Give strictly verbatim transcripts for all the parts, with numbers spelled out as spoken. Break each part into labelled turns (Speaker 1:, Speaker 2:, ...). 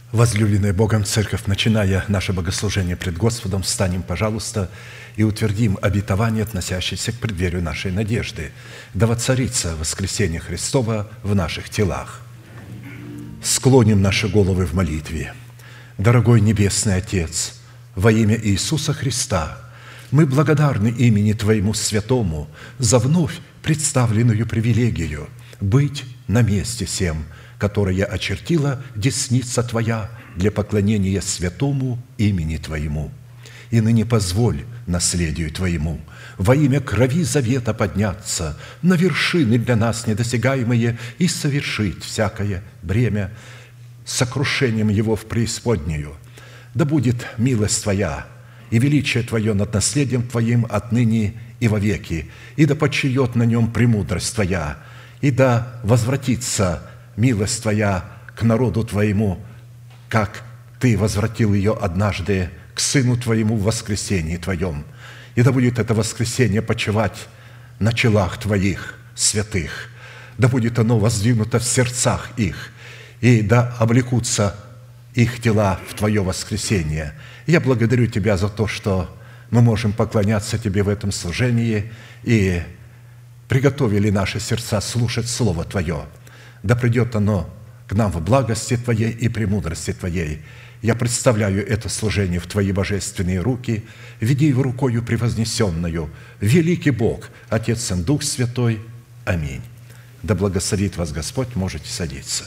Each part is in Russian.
Speaker 1: Возлюбленная Богом Церковь, начиная наше богослужение пред Господом, встанем, пожалуйста, и утвердим обетование, относящееся к преддверию нашей надежды. Да воцарится воскресение Христова в наших телах. Склоним наши головы в молитве. Дорогой Небесный Отец, во имя Иисуса Христа, мы благодарны имени Твоему Святому за вновь представленную привилегию быть на месте сем, которое очертила десница Твоя для поклонения святому имени Твоему. И ныне позволь наследию Твоему во имя крови завета подняться на вершины для нас недосягаемые и совершить всякое бремя сокрушением его в преисподнюю. Да будет милость Твоя и величие Твое над наследием Твоим отныне и вовеки, и да почиет на нем премудрость Твоя, и да возвратится милость Твоя к народу Твоему, как Ты возвратил ее однажды к Сыну Твоему в воскресении Твоем. И да будет это воскресение почивать на челах Твоих святых, да будет оно воздвигнуто в сердцах их, и да облекутся их тела в Твое воскресение. Я благодарю Тебя за то, что мы можем поклоняться Тебе в этом служении и приготовили наши сердца слушать Слово Твое. Да придет оно к нам в благости Твоей и премудрости Твоей. Я представляю это служение в Твои божественные руки, веди его рукою превознесенную. Великий Бог, Отец и Дух Святой. Аминь. Да благословит вас Господь, можете садиться.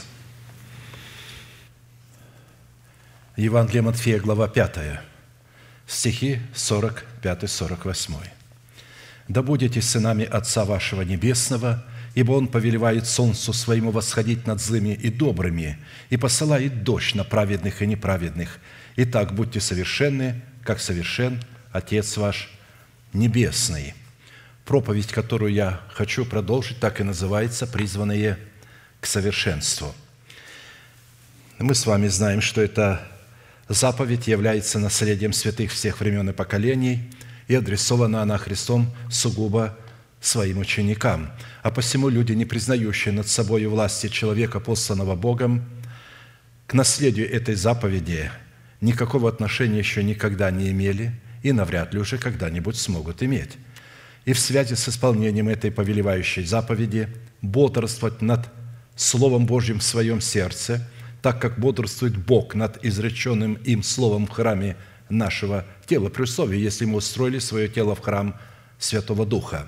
Speaker 1: Евангелие Матфея, глава пятая, стихи сорок пять сорок восемь. «Да будете сынами Отца вашего Небесного, ибо Он повелевает солнцу своему восходить над злыми и добрыми, и посылает дождь на праведных и неправедных. Итак, будьте совершенны, как совершен Отец ваш Небесный». Проповедь, которую я хочу продолжить, так и называется «Призванные к совершенству». Мы с вами знаем, что эта заповедь является наследием святых всех времен и поколений, и адресована она Христом сугубо своим ученикам. А посему люди, не признающие над собой власти человека, посланного Богом, к наследию этой заповеди никакого отношения еще никогда не имели и навряд ли уже когда-нибудь смогут иметь. И в связи с исполнением этой повелевающей заповеди бодрствовать над Словом Божьим в своем сердце, так как бодрствует Бог над изреченным им Словом в храме нашего тела, при условии, если мы устроили свое тело в храм Святого Духа,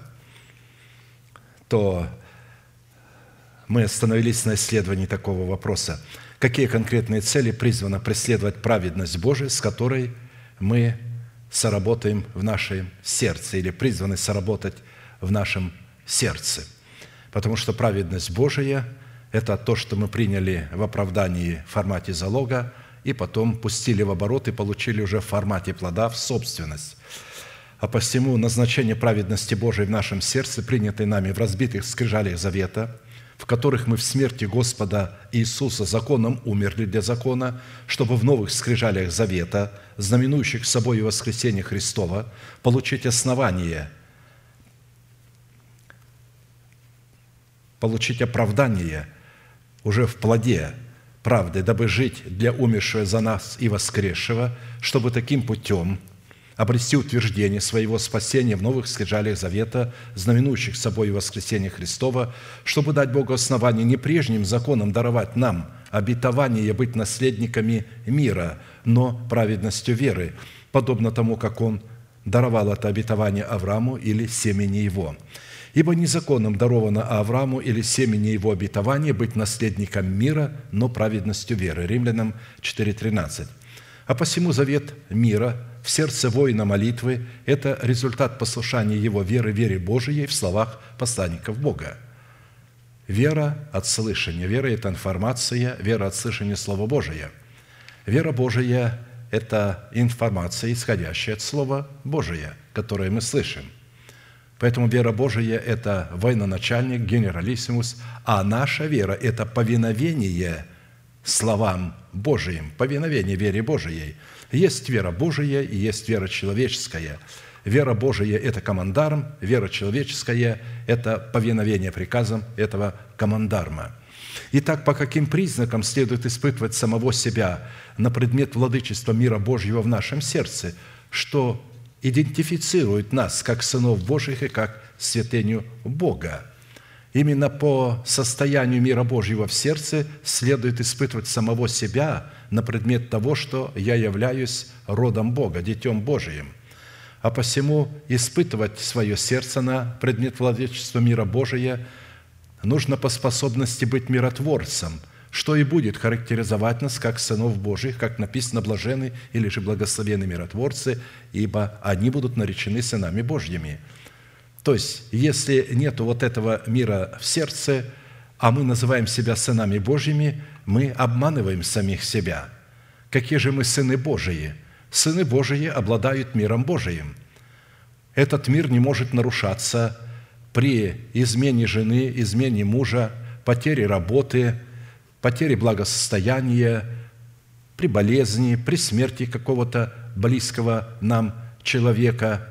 Speaker 1: то мы остановились на исследовании такого вопроса. Какие конкретные цели призвана преследовать праведность Божия, с которой мы соработаем в нашем сердце или призваны соработать в нашем сердце? Потому что праведность Божия – это то, что мы приняли в оправдании в формате залога и потом пустили в оборот и получили уже в формате плода в собственность. А посему назначение праведности Божией в нашем сердце, принятой нами в разбитых скрижалях завета, в которых мы в смерти Господа Иисуса законом умерли для закона, чтобы в новых скрижалях завета, знаменующих собой воскресение Христова, получить основание, получить оправдание уже в плоде правды, дабы жить для умершего за нас и воскресшего, чтобы таким путем обрести утверждение своего спасения в новых скрижалях завета, знаменующих собой воскресение Христова, чтобы дать Богу основание не прежним законом даровать нам обетование быть наследниками мира, но праведностью веры, подобно тому, как Он даровал это обетование Аврааму или семени его. Ибо не законом даровано Аврааму или семени его обетование быть наследником мира, но праведностью веры. Римлянам четыре тринадцать. А посему завет мира в сердце воина молитвы – это результат послушания его веры, вере Божией в словах посланников Бога. Вера от слышания. Вера – это информация, вера от слышания Слова Божия. Вера Божия – это информация, исходящая от Слова Божия, которое мы слышим. Поэтому вера Божия – это военачальник, генералиссимус, а наша вера – это повиновение словам Божиим, повиновение вере Божией. Есть вера Божия и есть вера человеческая. Вера Божия – это командарм, вера человеческая – это повиновение приказам этого командарма. Итак, по каким признакам следует испытывать самого себя на предмет владычества мира Божьего в нашем сердце, что идентифицирует нас как сынов Божьих и как святыню Бога? Именно по состоянию мира Божьего в сердце следует испытывать самого себя на предмет того, что я являюсь родом Бога, Детем Божиим. А посему испытывать свое сердце на предмет владычества мира Божия нужно по способности быть миротворцем, что и будет характеризовать нас как сынов Божьих, как написано «блаженны» или же «благословенны миротворцы, ибо они будут наречены сынами Божьими». То есть, если нет вот этого мира в сердце, а мы называем себя сынами Божьими, мы обманываем самих себя. Какие же мы сыны Божии? Сыны Божии обладают миром Божиим. Этот мир не может нарушаться при измене жены, измене мужа, потере работы, потере благосостояния, при болезни, при смерти какого-то близкого нам человека.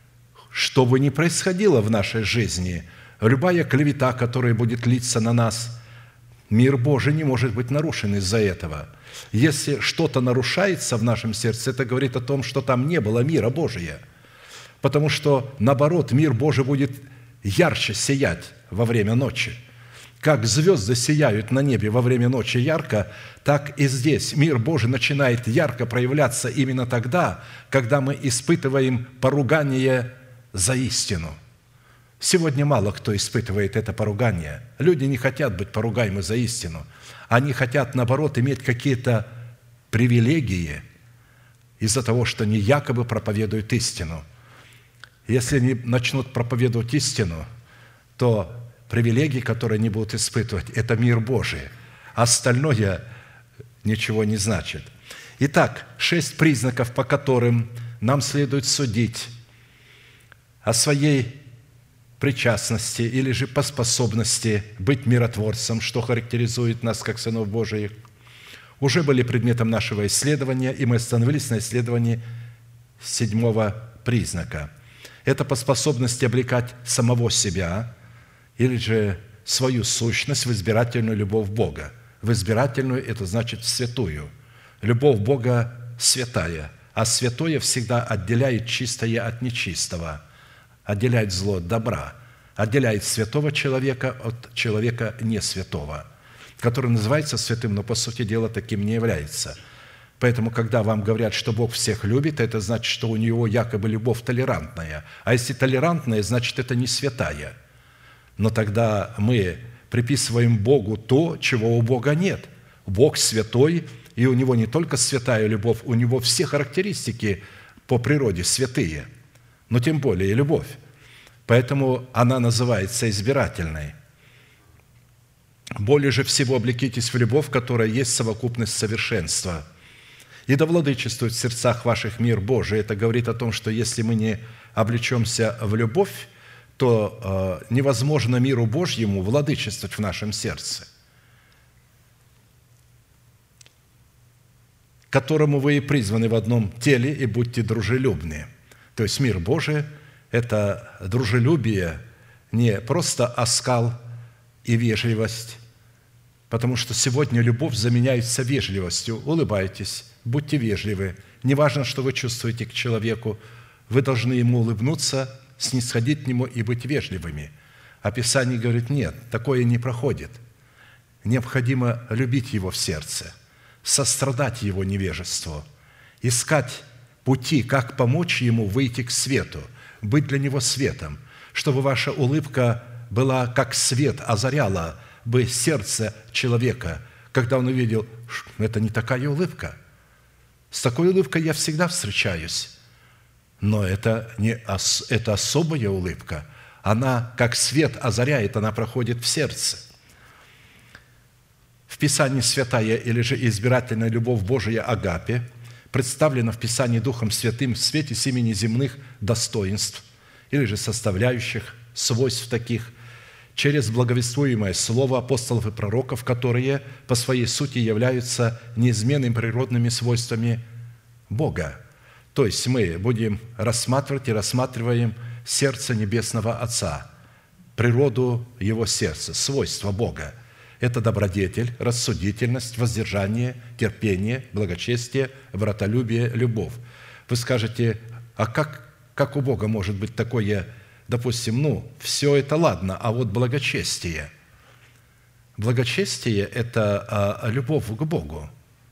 Speaker 1: Что бы ни происходило в нашей жизни, любая клевета, которая будет литься на нас, мир Божий не может быть нарушен из-за этого. Если что-то нарушается в нашем сердце, это говорит о том, что там не было мира Божия. Потому что, наоборот, мир Божий будет ярче сиять во время ночи. Как звезды сияют на небе во время ночи ярко, так и здесь мир Божий начинает ярко проявляться именно тогда, когда мы испытываем поругание за истину. Сегодня мало кто испытывает это поругание. Люди не хотят быть поругаемы за истину. Они хотят, наоборот, иметь какие-то привилегии из-за того, что они якобы проповедуют истину. Если они начнут проповедовать истину, то привилегии, которые они будут испытывать, это мир Божий. Остальное ничего не значит. Итак, шесть признаков, по которым нам следует судить о своей причастности или же по способности быть миротворцем, что характеризует нас как сынов Божиих, уже были предметом нашего исследования, и мы остановились на исследовании седьмого признака. Это по способности облекать самого себя или же свою сущность в избирательную любовь Бога. В избирательную – это значит в святую. Любовь Бога святая, а святое всегда отделяет чистое от нечистого, отделяет зло от добра, отделяет святого человека от человека несвятого, который называется святым, но по сути дела таким не является. Поэтому, когда вам говорят, что Бог всех любит, это значит, что у Него якобы любовь толерантная. А если толерантная, значит, это не святая. Но тогда мы приписываем Богу то, чего у Бога нет. Бог святой, и у Него не только святая любовь, у Него все характеристики по природе святые, но тем более и любовь. Поэтому она называется избирательной. «Более же всего облекитесь в любовь, которая есть совокупность совершенства. И да владычествует в сердцах ваших мир Божий». Это говорит о том, что если мы не облечемся в любовь, то э, невозможно миру Божьему владычествовать в нашем сердце, к которому вы и призваны в одном теле, и будьте дружелюбны. То есть мир Божий – это дружелюбие, не просто оскал и вежливость, потому что сегодня любовь заменяется вежливостью. Улыбайтесь, будьте вежливы. Неважно, что вы чувствуете к человеку, вы должны ему улыбнуться, снисходить к нему и быть вежливыми. А Писание говорит, нет, такое не проходит. Необходимо любить его в сердце, сострадать его невежеству, искать пути, как помочь ему выйти к свету, быть для него светом, чтобы ваша улыбка была как свет, озаряла бы сердце человека, когда он увидел, что это не такая улыбка. С такой улыбкой я всегда встречаюсь, но это, не, это особая улыбка. Она как свет озаряет, она проходит в сердце. В Писании святая или же избирательная любовь Божия агапе представлена в Писании Духом Святым в свете семи неземных достоинств или же составляющих, свойств таких, через благовествуемое слово апостолов и пророков, которые по своей сути являются неизменными природными свойствами Бога. То есть мы будем рассматривать и рассматриваем сердце Небесного Отца, природу Его сердца, свойства Бога. Это добродетель, рассудительность, воздержание, терпение, благочестие, братолюбие, любовь. Вы скажете, а как, как у Бога может быть такое, допустим, ну, все это ладно, а вот благочестие? Благочестие – это а, любовь к Богу.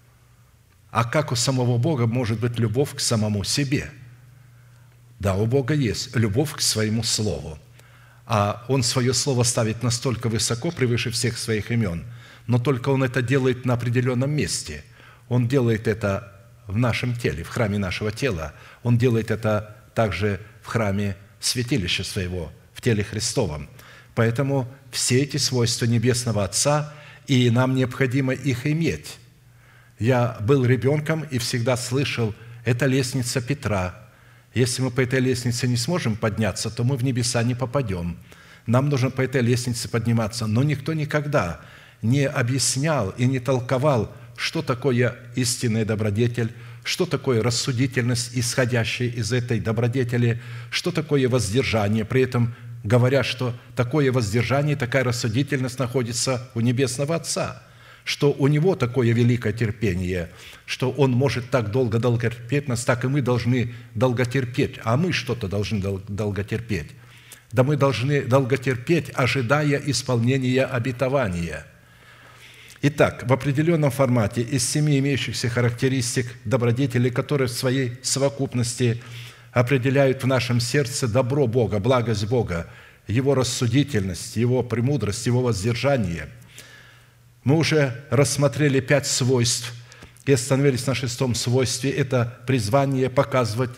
Speaker 1: А как у самого Бога может быть любовь к самому себе? Да, у Бога есть любовь к своему Слову. А Он свое Слово ставит настолько высоко, превыше всех своих имен, но только Он это делает на определенном месте. Он делает это в нашем теле, в храме нашего тела. Он делает это также в храме святилища своего, в теле Христовом. Поэтому все эти свойства Небесного Отца, и нам необходимо их иметь. Я был ребенком и всегда слышал, это лестница Петра. Если мы по этой лестнице не сможем подняться, то мы в небеса не попадем. Нам нужно по этой лестнице подниматься. Но никто никогда не объяснял и не толковал, что такое истинный добродетель, что такое рассудительность, исходящая из этой добродетели, что такое воздержание. При этом говоря, что такое воздержание, такая рассудительность находится у Небесного Отца, что у Него такое великое терпение, что Он может так долго долготерпеть нас, так и мы должны долготерпеть. А мы что-то должны долготерпеть. Да мы должны долготерпеть, ожидая исполнения обетования. Итак, в определенном формате из семи имеющихся характеристик добродетели, которые в своей совокупности определяют в нашем сердце добро Бога, благость Бога, Его рассудительность, Его премудрость, Его воздержание – мы уже рассмотрели пять свойств и остановились на шестом свойстве. Это призвание показывать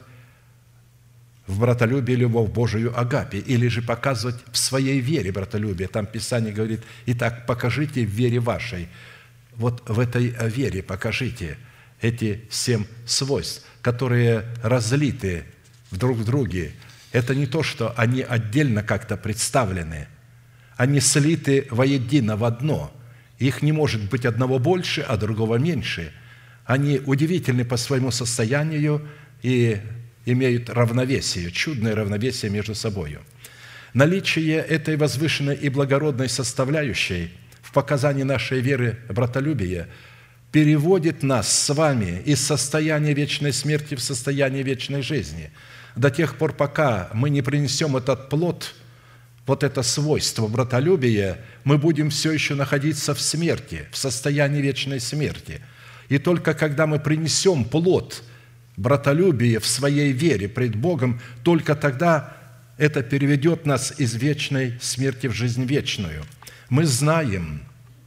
Speaker 1: в братолюбии любовь Божию агапе, или же показывать в своей вере братолюбие. Там Писание говорит, «Итак, покажите в вере вашей». Вот в этой вере покажите эти семь свойств, которые разлиты друг в друге. Это не то, что они отдельно как-то представлены. Они слиты воедино в одно. Их не может быть одного больше, а другого меньше. Они удивительны по своему состоянию и имеют равновесие, чудное равновесие между собой. Наличие этой возвышенной и благородной составляющей в показании нашей веры братолюбия переводит нас с вами из состояния вечной смерти в состояние вечной жизни. До тех пор, пока мы не принесем этот плод, вот это свойство братолюбия, мы будем все еще находиться в смерти, в состоянии вечной смерти. И только когда мы принесем плод братолюбия в своей вере пред Богом, только тогда это переведет нас из вечной смерти в жизнь вечную. Мы знаем,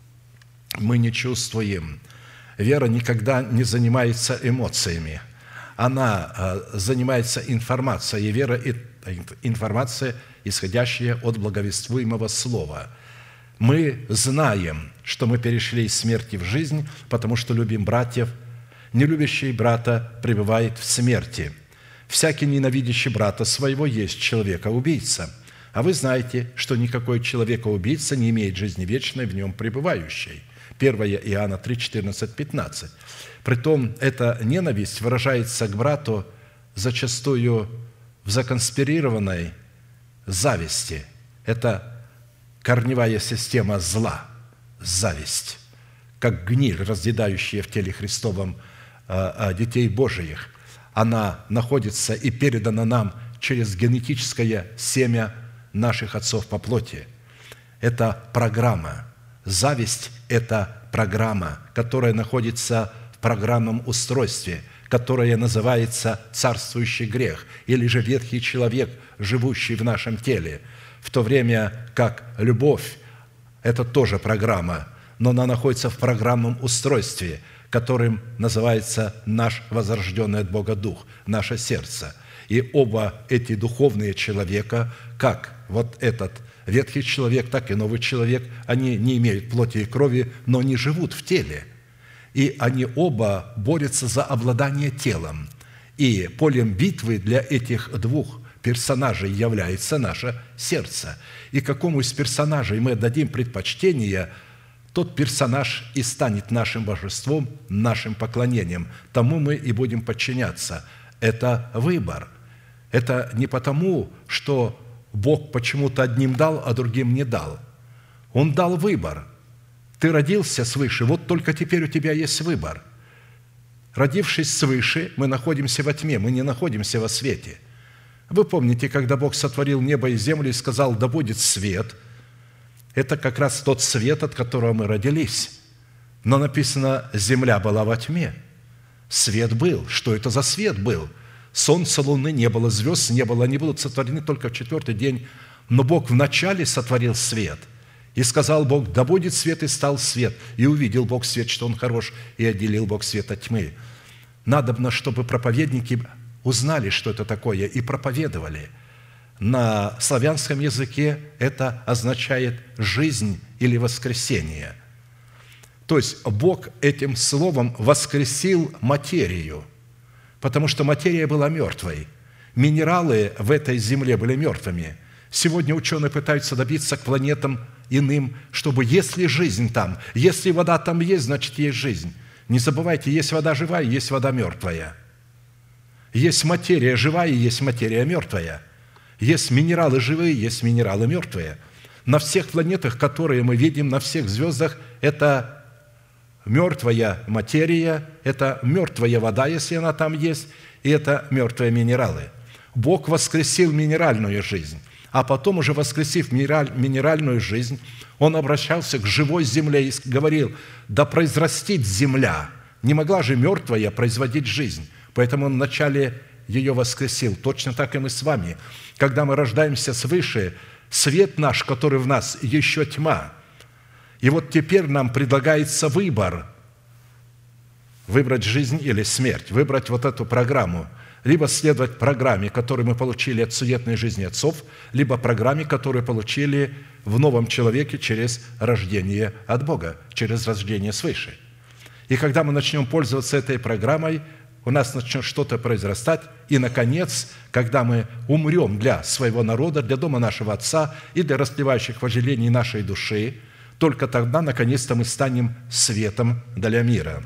Speaker 1: мы не чувствуем. Вера никогда не занимается эмоциями. Она занимается информацией, и вера – информация, исходящая от благовествуемого слова. Мы знаем, что мы перешли из смерти в жизнь, потому что любим братьев. Нелюбящий брата пребывает в смерти. Всякий ненавидящий брата своего есть человека-убийца. А вы знаете, что никакой человека-убийца не имеет жизни вечной в нем пребывающей. первое Иоанна три, четырнадцать, пятнадцать. Притом, эта ненависть выражается к брату зачастую в законспирированной зависти. Это корневая система зла, зависть, как гниль, разъедающая в теле Христовом детей Божиих. Она находится и передана нам через генетическое семя наших отцов по плоти. Это программа. Зависть – это программа, которая находится в программном устройстве, которая называется царствующий грех или же ветхий человек, живущий в нашем теле, в то время как любовь – это тоже программа, но она находится в программном устройстве, которым называется наш возрожденный от Бога Дух, наше сердце. И оба эти духовные человека, как вот этот ветхий человек, так и новый человек, они не имеют плоти и крови, но они живут в теле. И они оба борются за обладание телом. И полем битвы для этих двух персонажей является наше сердце. И какому из персонажей мы отдадим предпочтение, тот персонаж и станет нашим божеством, нашим поклонением. Тому мы и будем подчиняться. Это выбор. Это не потому, что Бог почему-то одним дал, а другим не дал. Он дал выбор. Ты родился свыше, вот только теперь у тебя есть выбор. Родившись свыше, мы находимся во тьме, мы не находимся во свете. Вы помните, когда Бог сотворил небо и землю и сказал: «Да будет свет», это как раз тот свет, от которого мы родились. Но написано: «Земля была во тьме». Свет был. Что это за свет был? Солнца, луны не было, звезд не было, они будут сотворены только в четвертый день. Но Бог вначале сотворил свет. И сказал Бог: «Да будет свет», и стал свет. И увидел Бог свет, что он хорош, и отделил Бог свет от тьмы. Надобно, чтобы проповедники узнали, что это такое, и проповедовали. На славянском языке это означает «жизнь» или «воскресение». То есть Бог этим словом воскресил материю, потому что материя была мертвой. Минералы в этой земле были мертвыми. Сегодня ученые пытаются добиться к планетам иным, чтобы если жизнь там, если вода там есть, значит есть жизнь. Не забывайте, есть вода живая, есть вода мертвая. Есть материя живая, есть материя мертвая. Есть минералы живые, есть минералы мертвые. На всех планетах, которые мы видим, на всех звездах, это мертвая материя, это мертвая вода, если она там есть, и это мертвые минералы. Бог воскресил минеральную жизнь, а потом, уже воскресив минеральную жизнь, Он обращался к живой земле и говорил: «Да произрастит земля». Не могла же мертвая производить жизнь, поэтому Он вначале ее воскресил. Точно так и мы с вами. Когда мы рождаемся свыше, свет наш, который в нас, еще тьма. И вот теперь нам предлагается выбор. Выбрать жизнь или смерть. Выбрать вот эту программу. Либо следовать программе, которую мы получили от суетной жизни отцов, либо программе, которую получили в новом человеке через рождение от Бога, через рождение свыше. И когда мы начнем пользоваться этой программой, у нас начнет что-то произрастать, и, наконец, когда мы умрем для своего народа, для дома нашего Отца и для растлевающих вожделений нашей души, только тогда, наконец-то, мы станем светом для мира.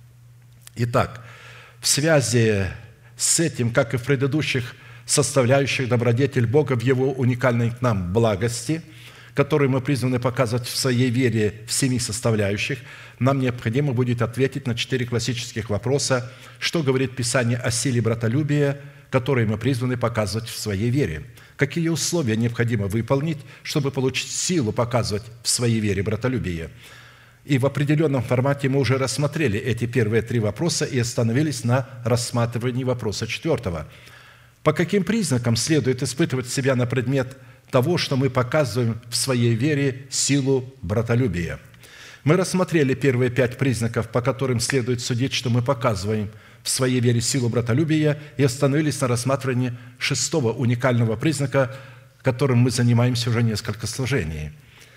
Speaker 1: Итак, в связи с этим, как и в предыдущих составляющих, добродетель Бога в Его уникальной к нам благости, которую мы призваны показывать в своей вере в семи составляющих, нам необходимо будет ответить на четыре классических вопроса: что говорит Писание о силе братолюбия, которые мы призваны показывать в своей вере? Какие условия необходимо выполнить, чтобы получить силу показывать в своей вере братолюбие? И в определенном формате мы уже рассмотрели эти первые три вопроса и остановились на рассматривании вопроса четвертого. По каким признакам следует испытывать себя на предмет того, что мы показываем в своей вере силу братолюбия? Мы рассмотрели первые пять признаков, по которым следует судить, что мы показываем в своей вере силу братолюбия, и остановились на рассматривании шестого уникального признака, которым мы занимаемся уже несколько служений.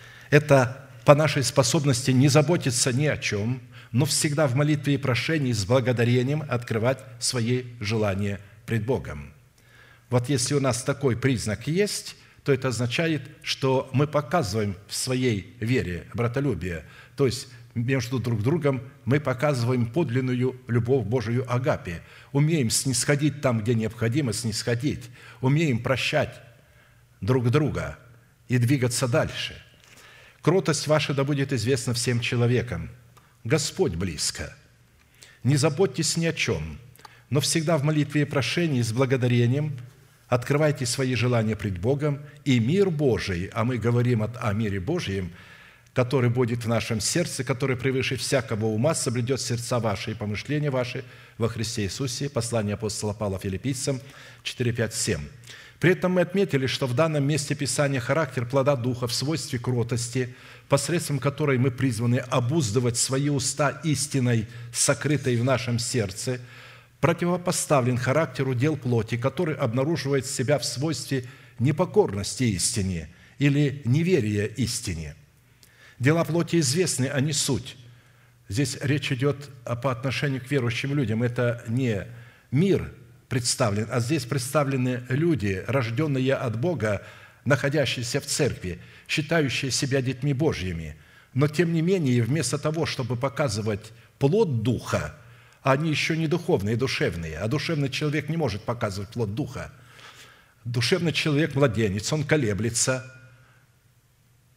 Speaker 1: Это по нашей способности не заботиться ни о чем, но всегда в молитве и прошении с благодарением открывать свои желания пред Богом. Вот если у нас такой признак есть, то это означает, что мы показываем в своей вере братолюбие, то есть между друг другом мы показываем подлинную любовь Божию агапе, умеем снисходить там, где необходимо снисходить, умеем прощать друг друга и двигаться дальше. Кротость ваша да будет известна всем человекам. Господь близко. Не заботьтесь ни о чем, но всегда в молитве и прошении с благодарением открывайте свои желания пред Богом, и мир Божий, а мы говорим о мире Божьем, который будет в нашем сердце, который превыше всякого ума соблюдет сердца ваши и помышления ваши во Христе Иисусе. Послание апостола Павла Филиппийцам четыре, пять, семь. При этом мы отметили, что в данном месте Писания характер плода Духа в свойстве кротости, посредством которой мы призваны обуздывать свои уста истиной, сокрытой в нашем сердце, противопоставлен характеру дел плоти, который обнаруживает себя в свойстве непокорности истине или неверия истине. Дела плоти известны, а не суть. Здесь речь идет по отношению к верующим людям. Это не мир представлен, а здесь представлены люди, рожденные от Бога, находящиеся в церкви, считающие себя детьми Божьими. Но, тем не менее, вместо того, чтобы показывать плод Духа, они еще не духовные, душевные. А душевный человек не может показывать плод Духа. Душевный человек – младенец, он колеблется.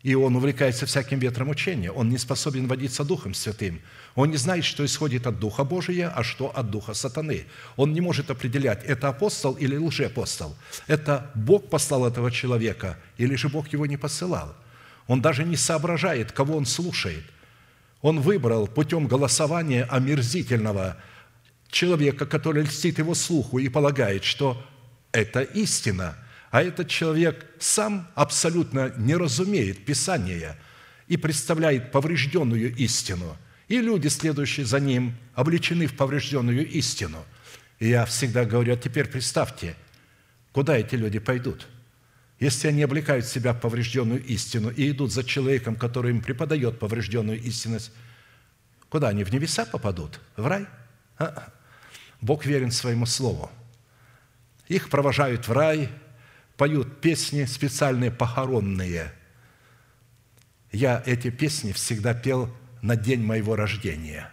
Speaker 1: и он увлекается всяким ветром учения. Он не способен водиться Духом Святым. Он не знает, что исходит от Духа Божия, а что от Духа сатаны. Он не может определять, это апостол или лжеапостол. Это Бог послал этого человека, или же Бог его не посылал. Он даже не соображает, кого он слушает. Он выбрал путем голосования омерзительного человека, который льстит его слуху и полагает, что это истина, а этот человек сам абсолютно не разумеет Писания и представляет поврежденную истину. И люди, следующие за ним, облечены в поврежденную истину. И я всегда говорю, а теперь представьте, куда эти люди пойдут? Если они облекают себя в поврежденную истину и идут за человеком, который им преподает поврежденную истинность, куда они, в небеса попадут? В рай? А-а. Бог верен своему слову. Их провожают в рай, поют песни специальные похоронные. Я эти песни всегда пел на день моего рождения.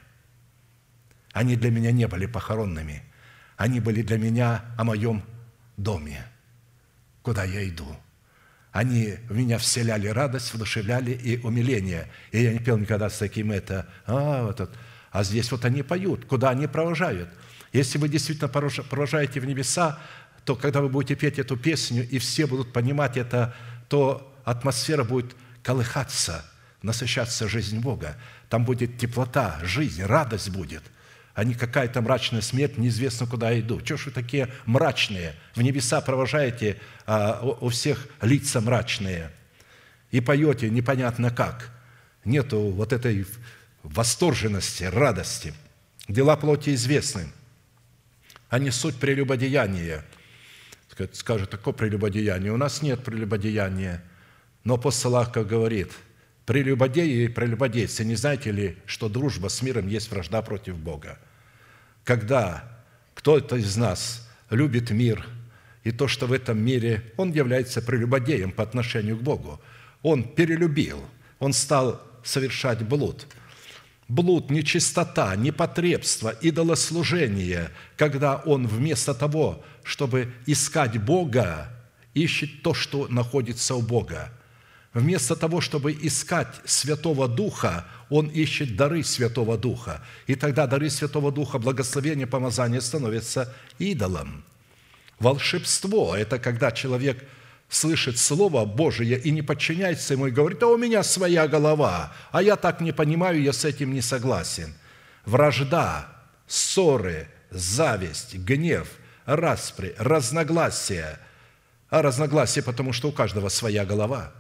Speaker 1: Они для меня не были похоронными. Они были для меня о моем доме, куда я иду. Они в меня вселяли радость, вдушевляли и умиление. И я не пел никогда с таким это, а, вот это. А здесь вот они поют, куда они провожают. Если вы действительно провожаете в небеса, то когда вы будете петь эту песню, и все будут понимать это, то атмосфера будет колыхаться, насыщаться жизнь Бога. Там будет теплота, жизнь, радость будет, а не какая-то мрачная смерть, неизвестно, куда я иду. Чего ж вы такие мрачные? В небеса провожаете, а у всех лица мрачные, и поете непонятно как. Нету вот этой восторженности, радости. Дела плоти известны. Они суть прелюбодеяния. Скажут, такое прелюбодеяние. У нас нет прелюбодеяния. Но апостол Иаков говорит, прелюбодеи и прелюбодейцы, не знаете ли, что дружба с миром есть вражда против Бога? Когда кто-то из нас любит мир, и то, что в этом мире, он является прелюбодеем по отношению к Богу. Он перелюбил, он стал совершать блуд. Блуд, нечистота, непотребство, идолослужение, когда он вместо того, чтобы искать Бога, ищет то, что находится у Бога. Вместо того, чтобы искать Святого Духа, он ищет дары Святого Духа. И тогда дары Святого Духа, благословение, помазание становятся идолом. Волшебство – это когда человек слышит Слово Божие и не подчиняется ему, и говорит, а у меня своя голова, а я так не понимаю, я с этим не согласен. Вражда, ссоры, зависть, гнев, распри, разногласия. А разногласия, потому что у каждого своя голова.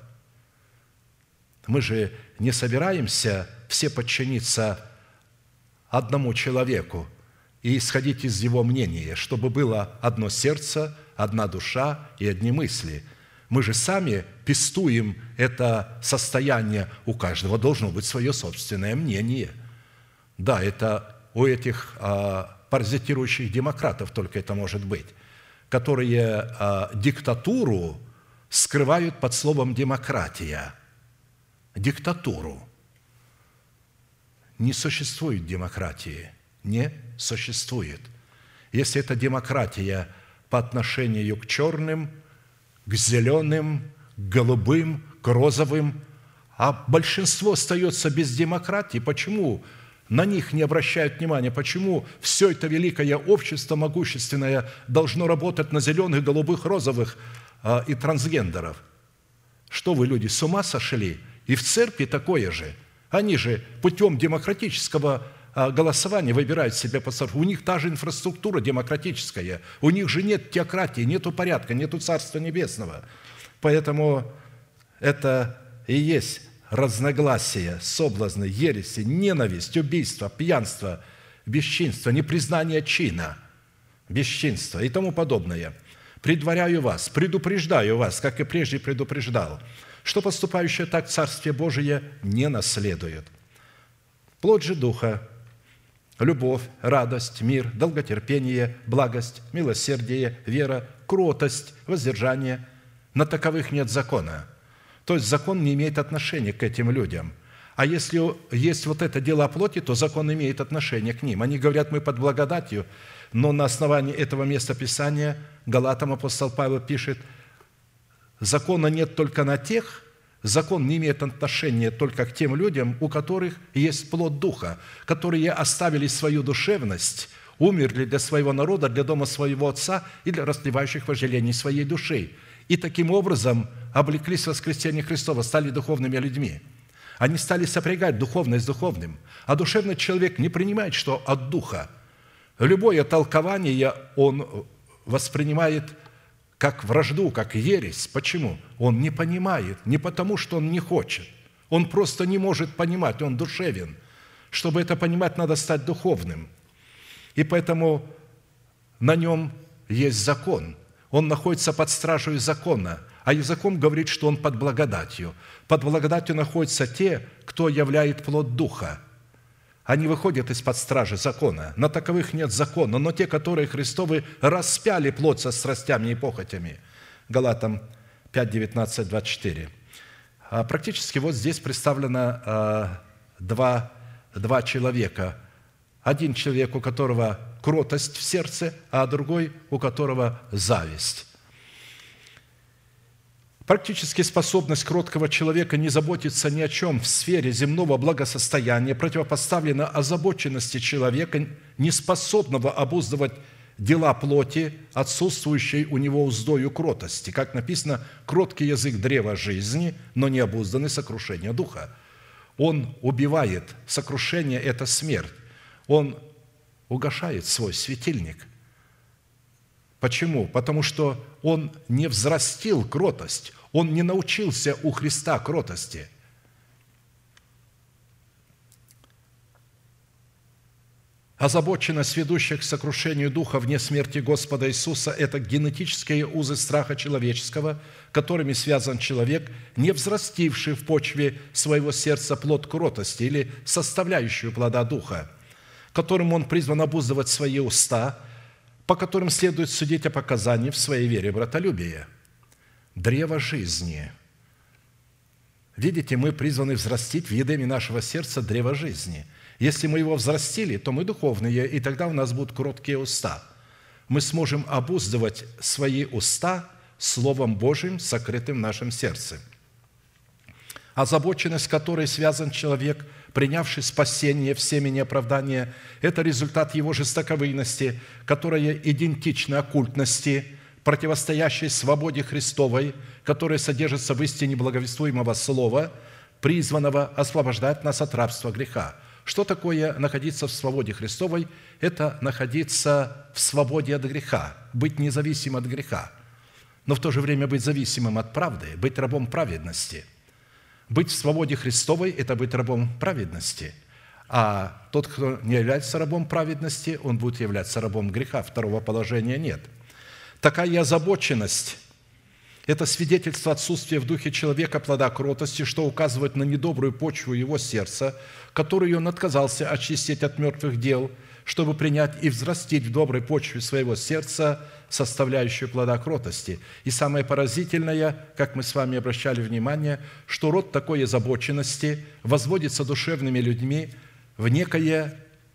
Speaker 1: Мы же не собираемся все подчиниться одному человеку и исходить из его мнения, чтобы было одно сердце, одна душа и одни мысли. Мы же сами пестуем это состояние. У каждого должно быть свое собственное мнение. Да, это у этих а, паразитирующих демократов только это может быть, которые а, диктатуру скрывают под словом «демократия». Диктатуру. Не существует демократии. Не существует. Если это демократия по отношению к черным, к зеленым, к голубым, к розовым, а большинство остается без демократии. Почему на них не обращают внимания? Почему все это великое общество могущественное должно работать на зеленых, голубых, розовых а, и трансгендеров? Что вы, люди, с ума сошли? И в церкви такое же. Они же путем демократического голосования выбирают себе пасторов. У них та же инфраструктура демократическая. У них же нет теократии, нету порядка, нету Царства Небесного. Поэтому это и есть разногласия, соблазны, ереси, ненависть, убийство, пьянство, бесчинство, непризнание чина, бесчинство и тому подобное. Предваряю вас, предупреждаю вас, как и прежде предупреждал, что поступающие так Царствие Божие не наследует. Плоть же Духа – любовь, радость, мир, долготерпение, благость, милосердие, вера, кротость, воздержание. На таковых нет закона. То есть закон не имеет отношения к этим людям. А если есть вот это дело плоти, то закон имеет отношение к ним. Они говорят, мы под благодатью, но на основании этого места Писания Галатам апостол Павел пишет, закона нет только на тех, закон не имеет отношения только к тем людям, у которых есть плод Духа, которые оставили свою душевность, умерли для своего народа, для дома своего Отца и для растлевающих вожделений своей души. И таким образом облеклись в воскресение Христова, стали духовными людьми. Они стали сопрягать духовное с духовным. А душевный человек не принимает, что от Духа. Любое толкование он воспринимает как вражду, как ересь. Почему? Он не понимает. Не потому, что он не хочет. Он просто не может понимать, он душевен. Чтобы это понимать, надо стать духовным. И поэтому на нем есть закон. Он находится под стражей закона. А языком говорит, что он под благодатью. Под благодатью находятся те, кто являет плод Духа. Они выходят из-под стражи закона. На таковых нет закона, но те, которые Христовы распяли плоть со страстями и похотями. Галатам пять, девятнадцать, двадцать четыре. Практически вот здесь представлено два, два человека. Один человек, у которого кротость в сердце, а другой, у которого зависть. Практически способность кроткого человека не заботиться ни о чем в сфере земного благосостояния противопоставлена озабоченности человека, неспособного обуздывать дела плоти, отсутствующей у него уздою кротости. Как написано, кроткий язык древа жизни, но не обузданный сокрушение духа. Он убивает, сокрушение – это смерть. Он угашает свой светильник. Почему? Потому что он не взрастил кротость, он не научился у Христа кротости. Озабоченность ведущих к сокрушению духа вне смерти Господа Иисуса – это генетические узы страха человеческого, которыми связан человек, не взрастивший в почве своего сердца плод кротости или составляющую плода духа, которым он призван обуздывать свои уста, по которым следует судить о показании в своей вере братолюбия. Древо жизни. Видите, мы призваны взрастить в едеме нашего сердца древо жизни. Если мы его взрастили, то мы духовные, и тогда у нас будут кроткие уста. Мы сможем обуздывать свои уста Словом Божьим, сокрытым в нашем сердце. Озабоченность, с которой связан человек, принявший спасение в семени оправдания, это результат его жестоковыйности, которая идентична оккультности, противостоящей свободе Христовой, которая содержится в истине благовествуемого слова, призванного освобождать нас от рабства греха. Что такое находиться в свободе Христовой? Это находиться в свободе от греха, быть независимым от греха, но в то же время быть зависимым от правды, быть рабом праведности. Быть в свободе Христовой – это быть рабом праведности. А тот, кто не является рабом праведности, он будет являться рабом греха. Второго положения нет. Такая озабоченность – это свидетельство отсутствия в духе человека плода кротости, что указывает на недобрую почву его сердца, которую он отказался очистить от мертвых дел, чтобы принять и взрастить в доброй почве своего сердца составляющую плода кротости. И самое поразительное, как мы с вами обращали внимание, что род такой озабоченности возводится душевными людьми в некое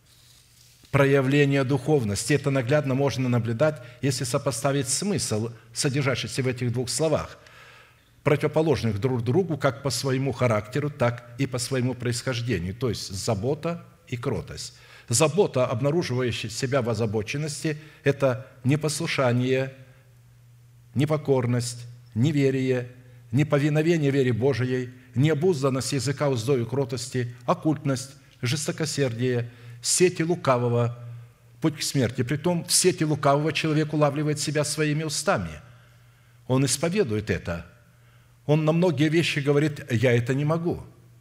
Speaker 1: проявление духовности. Это наглядно можно наблюдать, если сопоставить смысл, содержащийся в этих двух словах, противоположных друг другу как по своему характеру, так и по своему происхождению, то есть забота и кротость. Забота, обнаруживающая себя в озабоченности, это непослушание, непокорность, неверие, неповиновение вере Божией, необузданность языка уздою кротости, оккультность, жестокосердие, сети лукавого, путь к смерти. Притом в сети лукавого человек улавливает себя своими устами. Он исповедует это. Он на многие вещи говорит: «Я это не могу».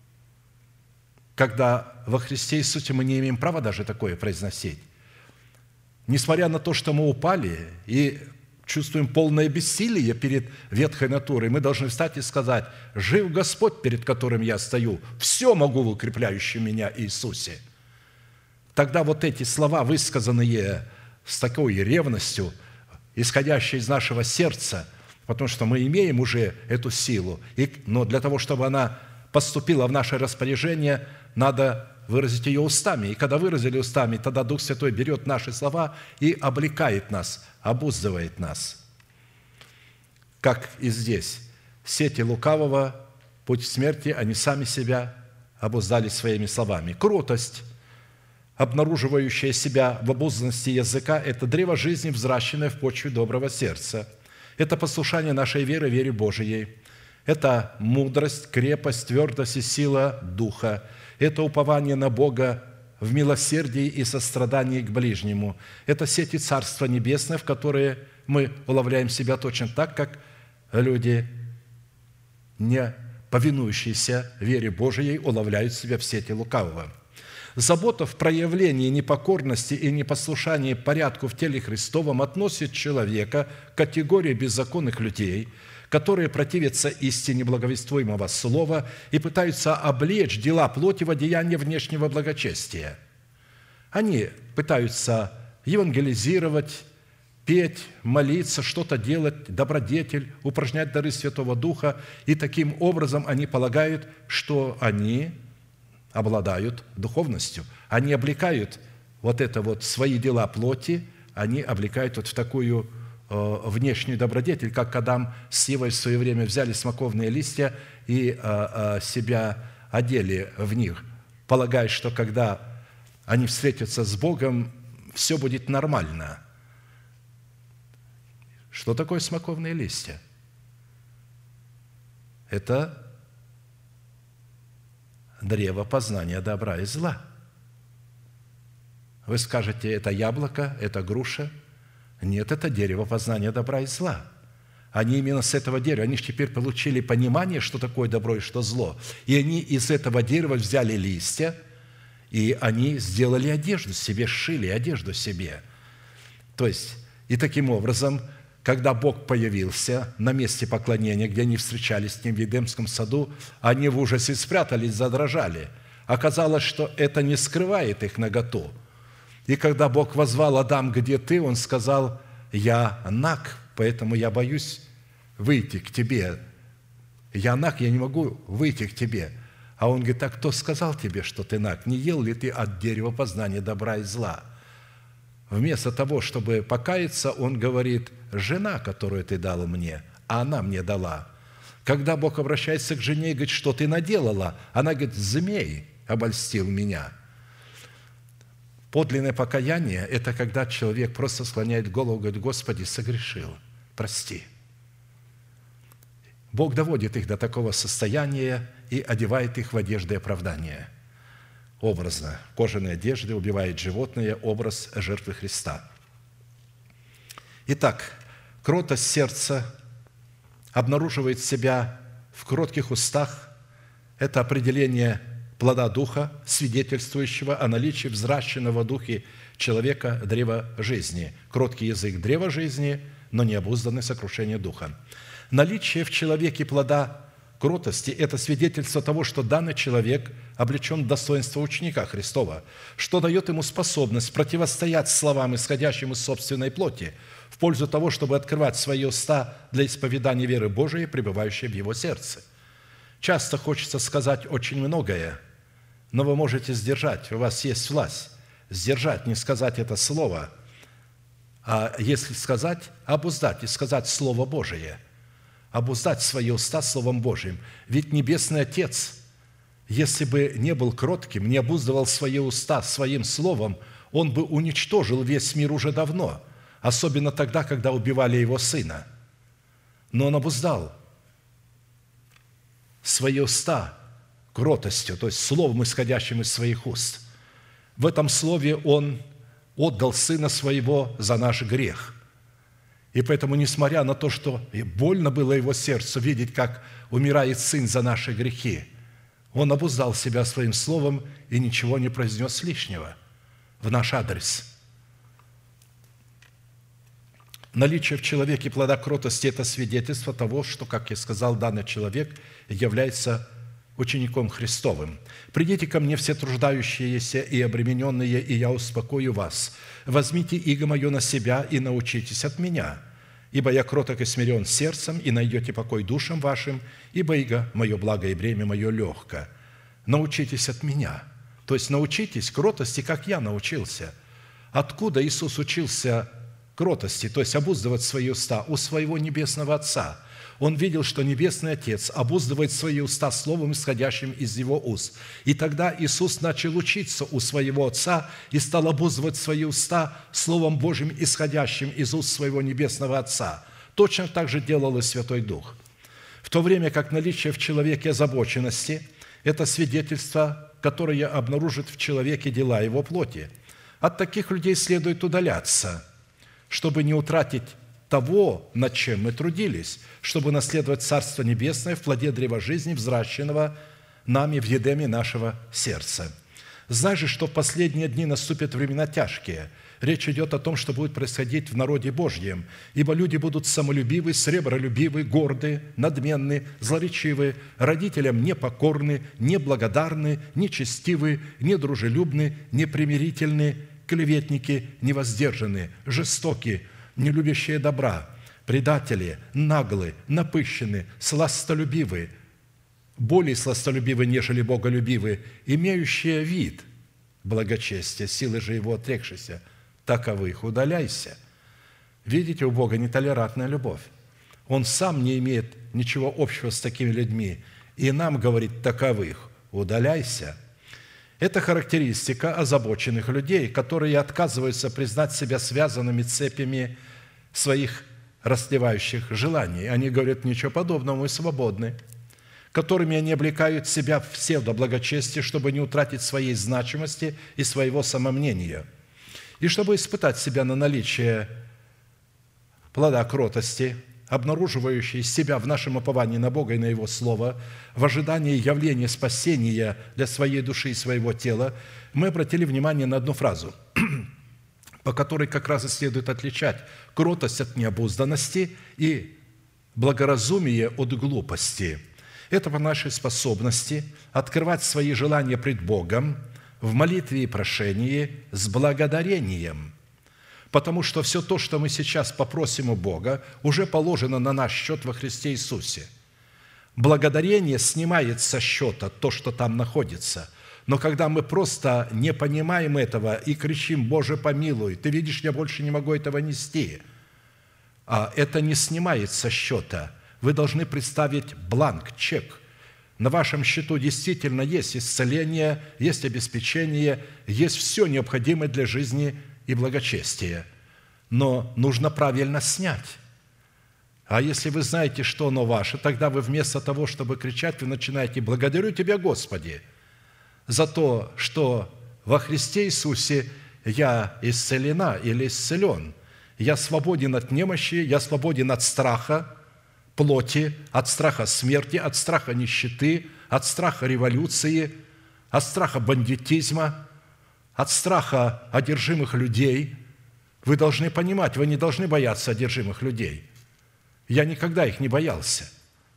Speaker 1: Когда во Христе Иисусе мы не имеем права даже такое произносить. Несмотря на то, что мы упали и чувствуем полное бессилие перед ветхой натурой, мы должны встать и сказать: «Жив Господь, перед которым я стою, все могу в укрепляющем меня Иисусе». Тогда вот эти слова, высказанные с такой ревностью, исходящей из нашего сердца, потому что мы имеем уже эту силу, но для того, чтобы она поступила в наше распоряжение, надо выразить ее устами. И когда выразили устами, тогда Дух Святой берет наши слова и облекает нас, обуздывает нас. Как и здесь. Сети лукавого путь смерти, они сами себя обуздали своими словами. Кротость, обнаруживающая себя в обузданности языка, это древо жизни, взращенное в почве доброго сердца. Это послушание нашей веры, вере Божией. Это мудрость, крепость, твердость и сила Духа. Это упование на Бога в милосердии и сострадании к ближнему. Это сети Царства Небесное, в которые мы уловляем себя точно так, как люди, не повинующиеся вере Божией, уловляют себя в сети лукавого. Забота в проявлении непокорности и непослушании порядку в теле Христовом относит человека к категории беззаконных людей, которые противятся истине благовествуемого слова и пытаются облечь дела плоти в одеяние внешнего благочестия. Они пытаются евангелизировать, петь, молиться, что-то делать, добродетель, упражнять дары Святого Духа, и таким образом они полагают, что они обладают духовностью. Они облекают вот это вот свои дела плоти, они облекают вот в такую э, внешнюю добродетель, как Адам с Евой в свое время взяли смоковные листья и э, э, себя одели в них, полагая, что когда они встретятся с Богом, все будет нормально. Что такое смоковные листья? Это древо познания добра и зла. Вы скажете, это яблоко, это груша. Нет, это дерево познания добра и зла. Они именно с этого дерева, они же теперь получили понимание, что такое добро и что зло. И они из этого дерева взяли листья, и они сделали одежду себе, сшили одежду себе. То есть, и таким образом, когда Бог появился на месте поклонения, где они встречались с Ним в Едемском саду, они в ужасе спрятались, задрожали. Оказалось, что это не скрывает их наготу. И когда Бог возвал: «Адам, где ты?», Он сказал: «Я наг, поэтому я боюсь выйти к тебе. Я наг, я не могу выйти к тебе». А Он говорит: «А кто сказал тебе, что ты наг? Не ел ли ты от дерева познания добра и зла?» Вместо того, чтобы покаяться, он говорит: «Жена, которую ты дал мне, а она мне дала». Когда Бог обращается к жене и говорит: «Что ты наделала?», она говорит: «Змей обольстил меня». Подлинное покаяние – это когда человек просто склоняет голову и говорит: «Господи, согрешил, прости». Бог доводит их до такого состояния и одевает их в одежды оправдания. Образно, кожаные одежды, убивает животное, образ жертвы Христа. Итак, кротость сердца обнаруживает себя в кротких устах. Это определение плода Духа, свидетельствующего о наличии взращенного в Духе человека древа жизни. Кроткий язык – древо жизни, но необузданное сокрушение Духа. Наличие в человеке плода кротости – это свидетельство того, что данный человек облечен в достоинство ученика Христова, что дает ему способность противостоять словам, исходящим из собственной плоти, в пользу того, чтобы открывать свои уста для исповедания веры Божией, пребывающей в его сердце. Часто хочется сказать очень многое, но вы можете сдержать, у вас есть власть сдержать, не сказать это слово, а если сказать, обуздать и сказать Слово Божие – обуздать свои уста Словом Божиим. Ведь Небесный Отец, если бы не был кротким, не обуздывал свои уста своим Словом, Он бы уничтожил весь мир уже давно, особенно тогда, когда убивали Его Сына. Но Он обуздал свои уста кротостью, то есть Словом, исходящим из своих уст. В этом Слове Он отдал Сына Своего за наш грех. И поэтому, несмотря на то, что больно было Его сердцу видеть, как умирает Сын за наши грехи, Он обуздал себя Своим Словом и ничего не произнес лишнего в наш адрес. Наличие в человеке плода кротости – это свидетельство того, что, как я сказал, данный человек является учеником Христовым. «Придите ко мне все труждающиеся и обремененные, и я успокою вас. Возьмите иго мое на себя и научитесь от меня, ибо я кроток и смирен сердцем, и найдете покой душам вашим, ибо иго мое благо и бремя мое легко. Научитесь от меня». То есть научитесь кротости, как я научился. Откуда Иисус учился кротости, то есть обуздывать свои уста? У своего Небесного Отца. он видел, что Небесный Отец обуздывает свои уста словом, исходящим из его уст. И тогда Иисус начал учиться у своего Отца и стал обуздывать свои уста словом Божьим, исходящим из уст своего Небесного Отца. Точно так же делал и Святой Дух. В то время как наличие в человеке озабоченности – это свидетельство, которое обнаружит в человеке дела его плоти. От таких людей следует удаляться, чтобы не утратить того, над чем мы трудились, чтобы наследовать Царство Небесное в плоде древа жизни, взращенного нами в едеме нашего сердца. Знай же, что в последние дни наступят времена тяжкие. Речь идет о том, что будет происходить в народе Божьем, ибо люди будут самолюбивы, сребролюбивы, горды, надменны, злоречивы, родителям непокорны, неблагодарны, нечестивы, недружелюбны, непримирительны, клеветники, невоздержаны, жестоки, не любящие добра, предатели, наглы, напыщены, сластолюбивы, более сластолюбивы, нежели боголюбивы, имеющие вид благочестия, силы же его отрекшися, таковых удаляйся». Видите, у Бога нетолерантная любовь. Он сам не имеет ничего общего с такими людьми, и нам говорит: таковых удаляйся. Это характеристика озабоченных людей, которые отказываются признать себя связанными цепями своих растлевающих желаний. Они говорят: ничего подобного, мы свободны. Которыми они облекают себя в псевдоблагочестие, чтобы не утратить своей значимости и своего самомнения. И чтобы испытать себя на наличие плода кротости, обнаруживающей себя в нашем уповании на Бога и на Его Слово, в ожидании явления спасения для своей души и своего тела, мы обратили внимание на одну фразу, по которой как раз и следует отличать кротость от необузданности и благоразумие от глупости. Это по нашей способности открывать свои желания пред Богом в молитве и прошении с благодарением, потому что все то, что мы сейчас попросим у Бога, уже положено на наш счет во Христе Иисусе. Благодарение снимает со счета то, что там находится. Но когда мы просто не понимаем этого и кричим: «Боже, помилуй, ты видишь, я больше не могу этого нести», а это не снимает со счета. Вы должны представить бланк, чек. На вашем счету действительно есть исцеление, есть обеспечение, есть все необходимое для жизни и благочестия. Но нужно правильно снять. А если вы знаете, что оно ваше, тогда вы вместо того, чтобы кричать, вы начинаете: «Благодарю Тебя, Господи, за то, что во Христе Иисусе я исцелена или исцелен. Я свободен от немощи, я свободен от страха плоти, от страха смерти, от страха нищеты, от страха революции, от страха бандитизма, от страха одержимых людей». Вы должны понимать, вы не должны бояться одержимых людей. Я никогда их не боялся.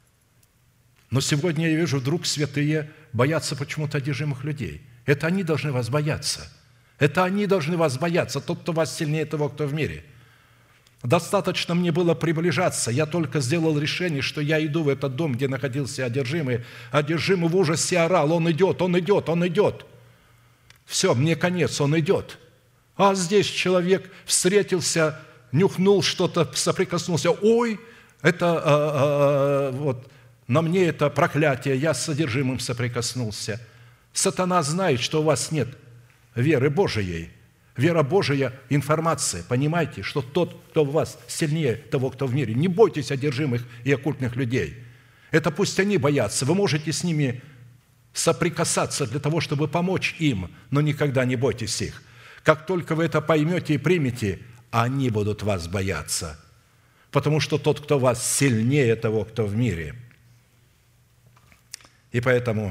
Speaker 1: Но сегодня я вижу, вдруг святые боятся почему-то одержимых людей. Это они должны вас бояться. Это они должны вас бояться, тот, кто вас сильнее того, кто в мире. Достаточно мне было приближаться. Я только сделал решение, что я иду в этот дом, где находился одержимый. Одержимый в ужасе орал: «Он идет, он идет, он идет». Все, мне конец, он идет. А здесь человек встретился, нюхнул что-то, соприкоснулся. Ой, это а, а, вот на мне это проклятие, я с содержимым соприкоснулся. Сатана знает, что у вас нет веры Божией. Вера Божия – информация. Понимаете, что тот, кто в вас, сильнее того, кто в мире. Не бойтесь одержимых и оккультных людей. Это пусть они боятся. Вы можете с ними соприкасаться для того, чтобы помочь им, но никогда не бойтесь их. Как только вы это поймете и примете, они будут вас бояться, потому что тот, кто в вас, сильнее того, кто в мире. И поэтому,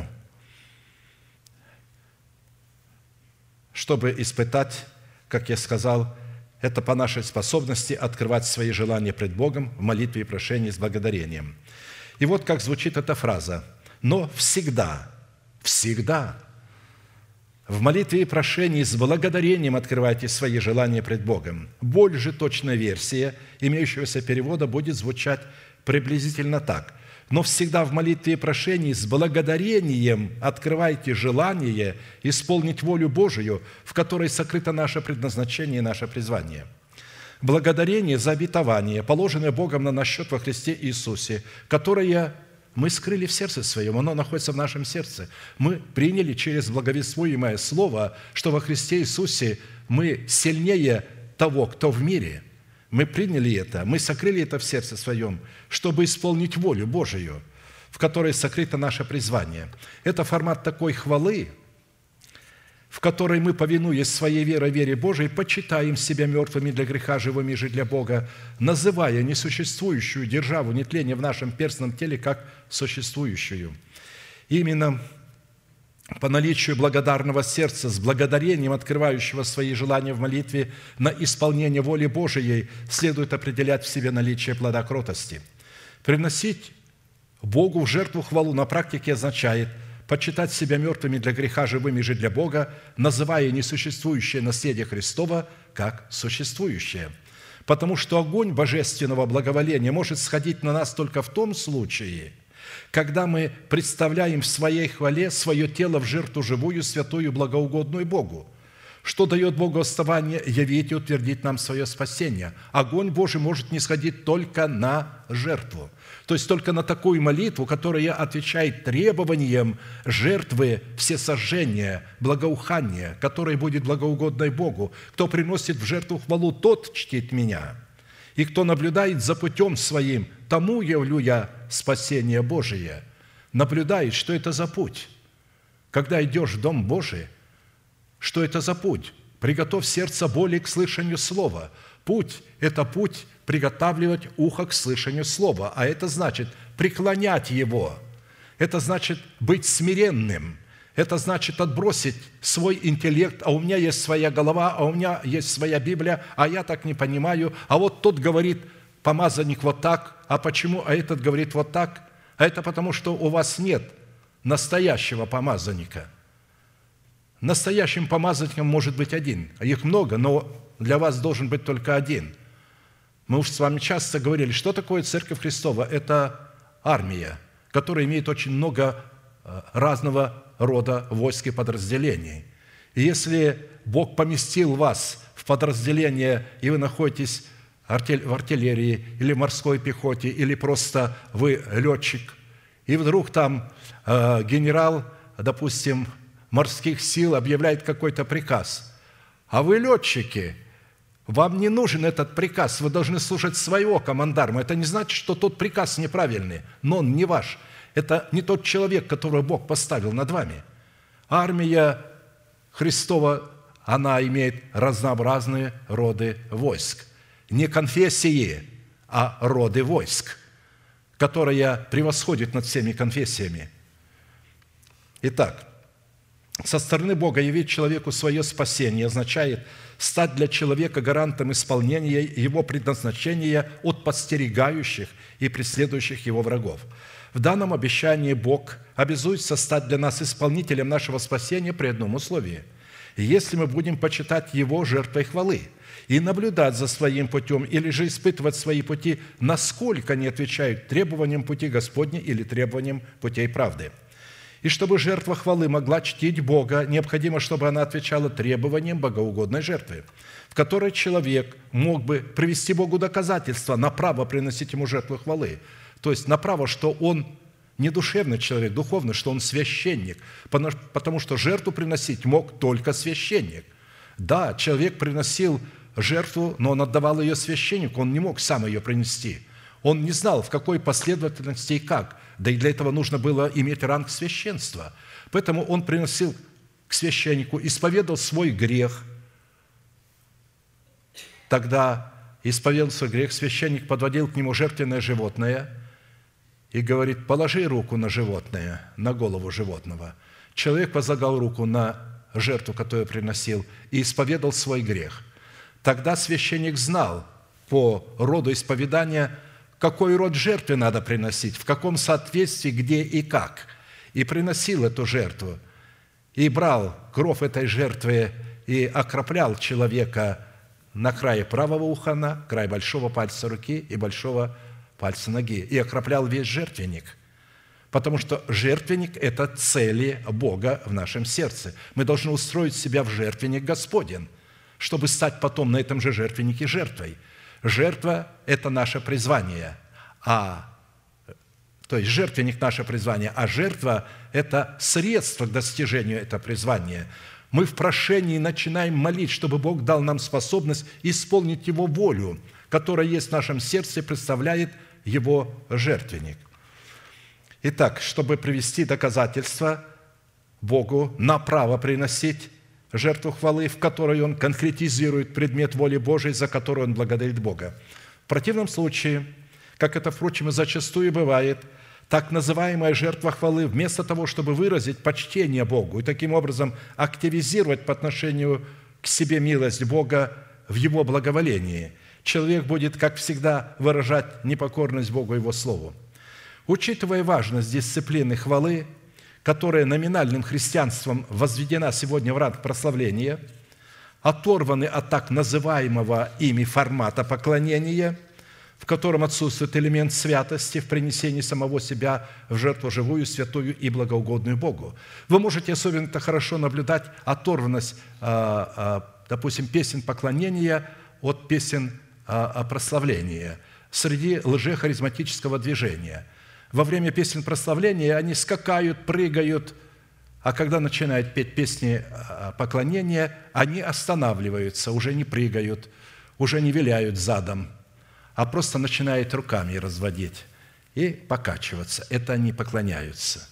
Speaker 1: чтобы испытать, как я сказал, это по нашей способности открывать свои желания пред Богом в молитве и прошении с благодарением. И вот как звучит эта фраза: «Но всегда, всегда в молитве и прошении с благодарением открывайте свои желания пред Богом». Более же точная версия имеющегося перевода будет звучать приблизительно так: «Но всегда в молитве и прошении с благодарением открывайте желание исполнить волю Божию, в которой сокрыто наше предназначение и наше призвание». благодарение за обетование, положенное Богом на наш счет во Христе Иисусе, которое мы скрыли в сердце своем, оно находится в нашем сердце. Мы приняли через благовествуемое Слово, что во Христе Иисусе мы сильнее того, кто в мире. Мы приняли это, мы сокрыли это в сердце своем, чтобы исполнить волю Божию, в которой сокрыто наше призвание. Это формат такой хвалы, в которой мы, повинуясь своей верой, вере Божией, почитаем себя мертвыми для греха, живыми же для Бога, называя несуществующую державу нетления в нашем перстном теле как существующую. Именно по наличию благодарного сердца, с благодарением открывающего свои желания в молитве на исполнение воли Божией, следует определять в себе наличие плода кротости. Приносить Богу в жертву хвалу на практике означает почитать себя мертвыми для греха, живыми же для Бога, называя несуществующее наследие Христова как существующее. Потому что огонь божественного благоволения может сходить на нас только в том случае, когда мы представляем в своей хвале свое тело в жертву живую, святую, благоугодную Богу, что дает Богу основание явить и утвердить нам свое спасение. Огонь Божий может не сходить только на жертву, то есть только на такую молитву, которая отвечает требованиям жертвы всесожжения, благоухания, которая будет благоугодной Богу. Кто приносит в жертву хвалу, тот чтит Меня. И кто наблюдает за путем своим, тому явлю я спасение Божие. Наблюдает, что это за путь. Когда идешь в Дом Божий, что это за путь? Приготовь сердце боли к слышанию слова. Путь – это путь приготавливать ухо к слышанию слова, а это значит преклонять его. Это значит быть смиренным. Это значит отбросить свой интеллект, а у меня есть своя голова, а у меня есть своя Библия, а я так не понимаю, а вот тот говорит, помазанник вот так, а почему, а этот говорит вот так? А это потому, что у вас нет настоящего помазанника. Настоящим помазанником может быть один. Их много, но для вас должен быть только один. Мы уж с вами часто говорили, что такое Церковь Христова? Это армия, которая имеет очень много разного рода войск и подразделений. И если Бог поместил вас в подразделение, и вы находитесь в артиллерии или в морской пехоте, или просто вы летчик, и вдруг там э, генерал, допустим, морских сил объявляет какой-то приказ, а вы летчики, вам не нужен этот приказ, вы должны слушать своего командарма. Это не значит, что тот приказ неправильный, но он не ваш. Это не тот человек, которого Бог поставил над вами. Армия Христова, она имеет разнообразные роды войск. Не конфессии, а роды войск, которые превосходят над всеми конфессиями. Итак, со стороны Бога явить человеку свое спасение означает стать для человека гарантом исполнения его предназначения от подстерегающих и преследующих его врагов. В данном обещании Бог обязуется стать для нас исполнителем нашего спасения при одном условии. Если мы будем почитать Его жертвой хвалы и наблюдать за своим путем, или же испытывать свои пути, насколько они отвечают требованиям пути Господня или требованиям путей правды. И чтобы жертва хвалы могла чтить Бога, необходимо, чтобы она отвечала требованиям богоугодной жертвы, в которой человек мог бы привести Богу доказательства на право приносить Ему жертву хвалы. То есть на право, что он не душевный человек, духовный, что он священник, потому что жертву приносить мог только священник. Да, человек приносил жертву, но он отдавал ее священнику, он не мог сам ее принести. Он не знал, в какой последовательности и как. Да и для этого нужно было иметь ранг священства. Поэтому он приносил к священнику, исповедал свой грех. Тогда исповедал свой грех, священник подводил к нему жертвенное животное и говорит: положи руку на животное, на голову животного. Человек возлагал руку на жертву, которую приносил, и исповедал свой грех. Тогда священник знал по роду исповедания, какой род жертвы надо приносить, в каком соответствии, где и как. И приносил эту жертву, и брал кровь этой жертвы и окроплял человека на крае правого уха, на край большого пальца руки и большого пальца ноги, и окроплял весь жертвенник. Потому что жертвенник – это цели Бога в нашем сердце. Мы должны устроить себя в жертвенник Господен. чтобы стать потом на этом же жертвеннике жертвой. Жертва – это наше призвание, а, то есть жертвенник – наше призвание, а жертва – это средство к достижению этого призвания. Мы в прошении начинаем молить, чтобы Бог дал нам способность исполнить Его волю, которая есть в нашем сердце и представляет Его жертвенник. Итак, чтобы привести доказательства Богу на право приносить жертву хвалы, в которой Он конкретизирует предмет воли Божией, за которую Он благодарит Бога. В противном случае, как это, впрочем, и зачастую бывает, так называемая жертва хвалы, вместо того, чтобы выразить почтение Богу и таким образом активизировать по отношению к себе милость Бога в Его благоволении, человек будет, как всегда, выражать непокорность Богу и Его Слову. Учитывая важность дисциплины хвалы, которая номинальным христианством возведена сегодня в ранг прославления, оторваны от так называемого ими формата поклонения, в котором отсутствует элемент святости в принесении самого себя в жертву живую, святую и благоугодную Богу. Вы можете особенно хорошо наблюдать оторванность, допустим, песен поклонения от песен прославления среди лжехаризматического движения. Во время песен прославления они скакают, прыгают, а когда начинают петь песни поклонения, они останавливаются, уже не прыгают, уже не виляют задом, а просто начинают руками разводить и покачиваться. Это они поклоняются.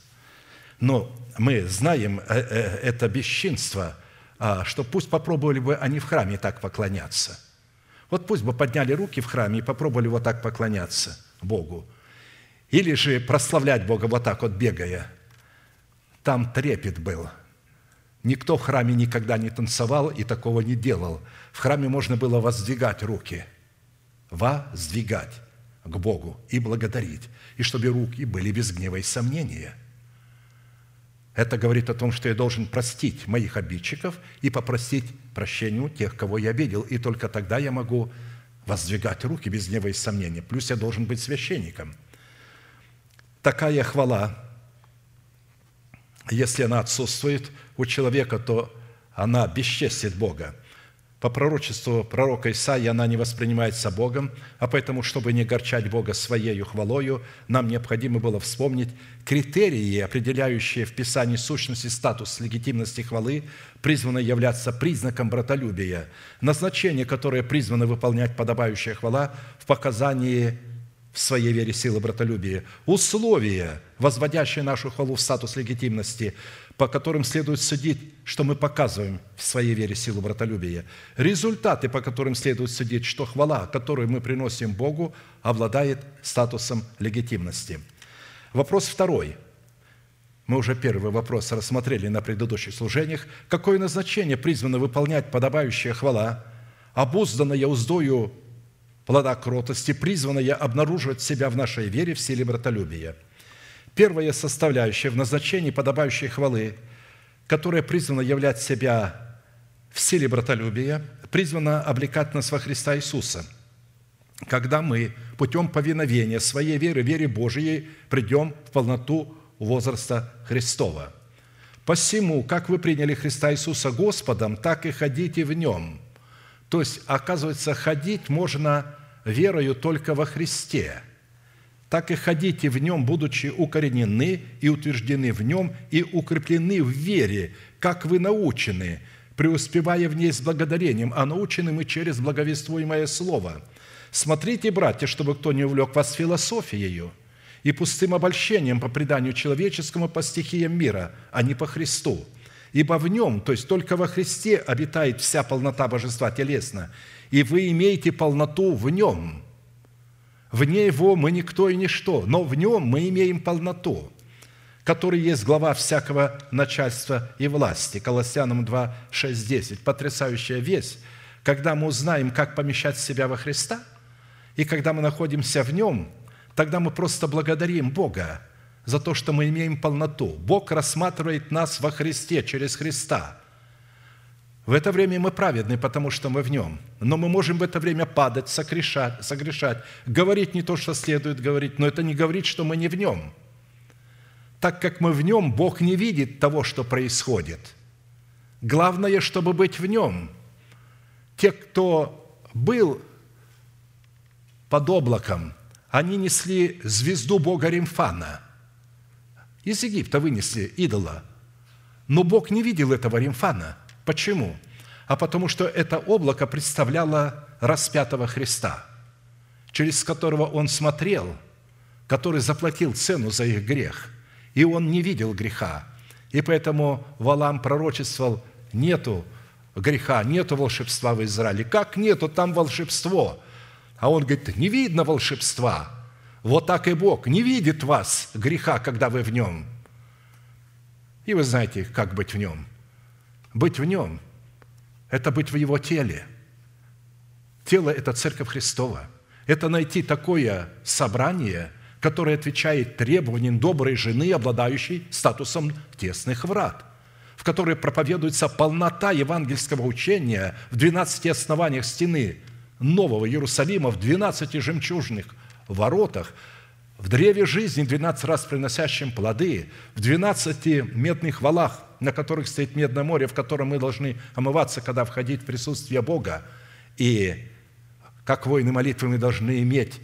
Speaker 1: Но мы знаем это бесчинство, что пусть попробовали бы они в храме так поклоняться. Вот пусть бы подняли руки в храме и попробовали вот так поклоняться Богу. Или же прославлять Бога вот так вот бегая. Там трепет был. Никто в храме никогда не танцевал и такого не делал. В храме можно было воздвигать руки. Воздвигать к Богу и благодарить. И чтобы руки были без гнева и сомнения. Это говорит о том, что я должен простить моих обидчиков и попросить прощения у тех, кого я обидел. И только тогда я могу воздвигать руки без гнева и сомнения. Плюс я должен быть священником. Такая хвала, если она отсутствует у человека, то она бесчестит Бога. По пророчеству пророка Исаии она не воспринимается Богом, а поэтому, чтобы не огорчать Бога своею хвалою, нам необходимо было вспомнить критерии, определяющие в Писании сущность и статус легитимности хвалы, призванной являться признаком братолюбия, назначение, которое призвано выполнять подобающая хвала в показании в своей вере силы братолюбия, условия, возводящие нашу хвалу в статус легитимности, по которым следует судить, что мы показываем в своей вере силу братолюбия, результаты, по которым следует судить, что хвала, которую мы приносим Богу, обладает статусом легитимности. Вопрос второй. Мы уже первый вопрос рассмотрели на предыдущих служениях. Какое назначение призвано выполнять подобающая хвала, обузданная уздою плода кротости, призванная обнаруживать себя в нашей вере в силе братолюбия? Первая составляющая в назначении подобающей хвалы, которая призвана являть себя в силе братолюбия, призвана облекать нас во Христа Иисуса, когда мы путем повиновения своей веры, вере Божией, придем в полноту возраста Христова. «Посему, как вы приняли Христа Иисуса Господом, так и ходите в Нем». То есть, оказывается, ходить можно верою только во Христе. Так и ходите в Нем, будучи укоренены и утверждены в Нем, и укреплены в вере, как вы научены, преуспевая в ней с благодарением, а научены мы через благовествуемое Слово. Смотрите, братья, чтобы кто не увлек вас философией и пустым обольщением по преданию человеческому по стихиям мира, а не по Христу. Ибо в Нем, то есть только во Христе, обитает вся полнота Божества телесно, и вы имеете полноту в Нем. Вне Его мы никто и ничто, но в Нем мы имеем полноту, который есть глава всякого начальства и власти». Колоссянам два, шесть, десять. Потрясающая весть, когда мы узнаем, как помещать себя во Христа, и когда мы находимся в Нем, тогда мы просто благодарим Бога за то, что мы имеем полноту. Бог рассматривает нас во Христе, через Христа. В это время мы праведны, потому что мы в Нем. Но мы можем в это время падать, согрешать, согрешать, говорить не то, что следует говорить, но это не говорит, что мы не в Нем. Так как мы в Нем, Бог не видит того, что происходит. Главное, чтобы быть в Нем. те, кто был под облаком, они несли звезду бога Римфана. Из Египта вынесли идола. Но Бог не видел этого Римфана. Почему? А потому что это облако представляло распятого Христа, через которого Он смотрел, который заплатил цену за их грех. И Он не видел греха. И поэтому Валаам пророчествовал: нету греха, нету волшебства в Израиле. Как нету? Там волшебство. А он говорит: не видно волшебства. Вот так и Бог не видит вас, греха, когда вы в Нем. И вы знаете, как быть в Нем. Быть в Нем – это быть в Его теле. Тело – это Церковь Христова. Это найти такое собрание, которое отвечает требованиям доброй жены, обладающей статусом тесных врат, в которой проповедуется полнота евангельского учения в двенадцати основаниях стены Нового Иерусалима, в двенадцати жемчужных воротах, в древе жизни, двенадцать раз приносящем плоды, в двенадцати медных валах, на которых стоит медное море, в котором мы должны омываться, когда входить в присутствие Бога. И как воины молитвы мы должны иметь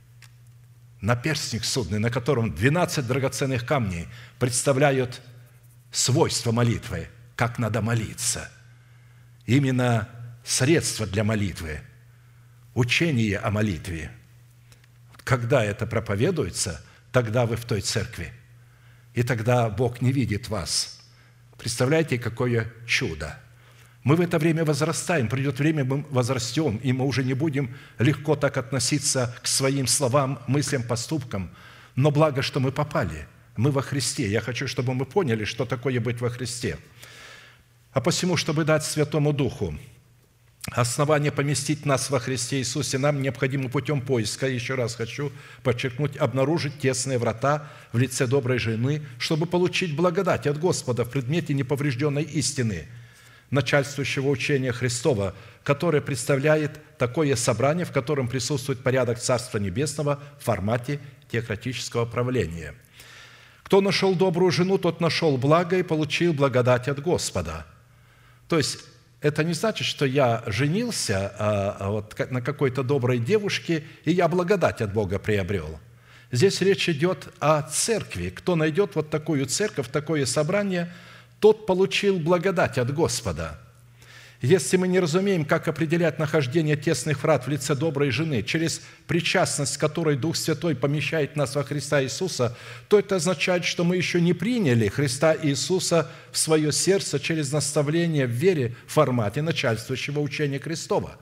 Speaker 1: наперстник судный, на котором двенадцать драгоценных камней представляют свойства молитвы, как надо молиться. Именно средство для молитвы, учение о молитве. Когда это проповедуется, тогда вы в той церкви. И тогда Бог не видит вас. Представляете, какое чудо! Мы в это время возрастаем, придет время, мы возрастем, и мы уже не будем легко так относиться к своим словам, мыслям, поступкам. Но благо, что мы попали. Мы во Христе. Я хочу, чтобы мы поняли, что такое быть во Христе. А посему, чтобы дать Святому Духу основание поместить нас во Христе Иисусе, нам необходимо путем поиска, еще раз хочу подчеркнуть, обнаружить тесные врата в лице доброй жены, чтобы получить благодать от Господа в предмете неповрежденной истины, начальствующего учения Христова, которое представляет такое собрание, в котором присутствует порядок Царства Небесного в формате теократического правления. Кто нашел добрую жену, тот нашел благо и получил благодать от Господа. То есть, это не значит, что я женился а, а вот на какой-то доброй девушке, и я благодать от Бога приобрел. Здесь речь идет о церкви. Кто найдет вот такую церковь, такое собрание, тот получил благодать от Господа. Если мы не разумеем, как определять нахождение тесных врат в лице доброй жены, через причастность, которой Дух Святой помещает нас во Христа Иисуса, то это означает, что мы еще не приняли Христа Иисуса в свое сердце через наставление в вере в формате начальствующего учения Христова.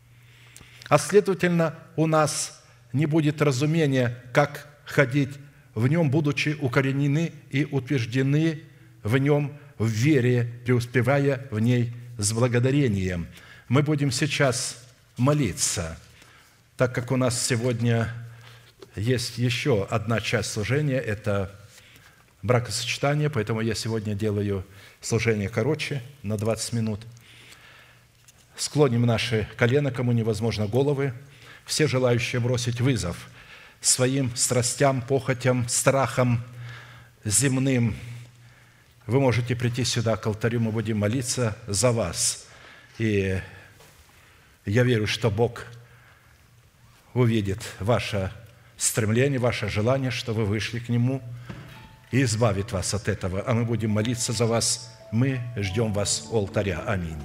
Speaker 1: А следовательно, у нас не будет разумения, как ходить в нем, будучи укоренены и утверждены в нем в вере, преуспевая в ней с благодарением. Мы будем сейчас молиться, так как у нас сегодня есть еще одна часть служения, это бракосочетание, поэтому я сегодня делаю служение короче, на двадцать минут. Склоним наши колено, кому невозможно, головы. Все желающие бросить вызов своим страстям, похотям, страхам земным, вы можете прийти сюда к алтарю, мы будем молиться за вас. И я верю, что Бог увидит ваше стремление, ваше желание, что вы вышли к Нему, и избавит вас от этого. А мы будем молиться за вас. Мы ждем вас у алтаря. Аминь.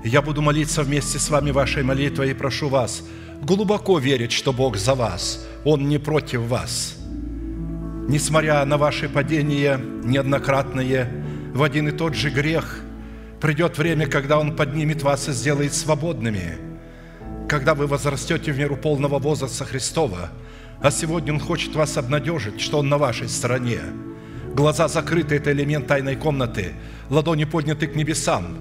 Speaker 1: Я буду молиться вместе с вами вашей молитвой и прошу вас глубоко верить, что Бог за вас, Он не против вас. Несмотря на ваши падения неоднократные в один и тот же грех, придет время, когда Он поднимет вас и сделает свободными, когда вы возрастете в меру полного возраста Христова. А сегодня Он хочет вас обнадежить, что Он на вашей стороне. Глаза закрыты – это элемент тайной комнаты, ладони подняты к небесам.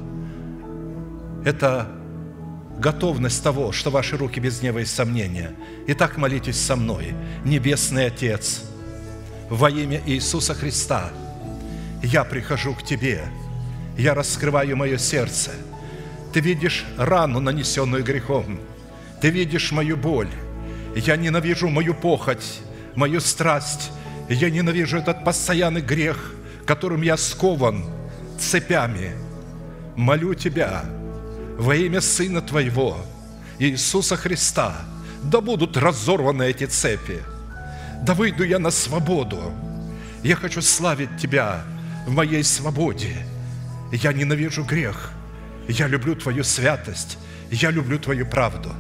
Speaker 1: Это готовность того, что ваши руки без гнева и сомнения. Итак, молитесь со мной. Небесный Отец, во имя Иисуса Христа, я прихожу к Тебе, я раскрываю мое сердце. Ты видишь рану, нанесенную грехом. Ты видишь мою боль. Я ненавижу мою похоть, мою страсть. Я ненавижу этот постоянный грех, которым я скован цепями. Молю Тебя во имя Сына Твоего, Иисуса Христа, да будут разорваны эти цепи, да выйду я на свободу. Я хочу славить Тебя в моей свободе. Я ненавижу грех, я люблю Твою святость, я люблю Твою правду.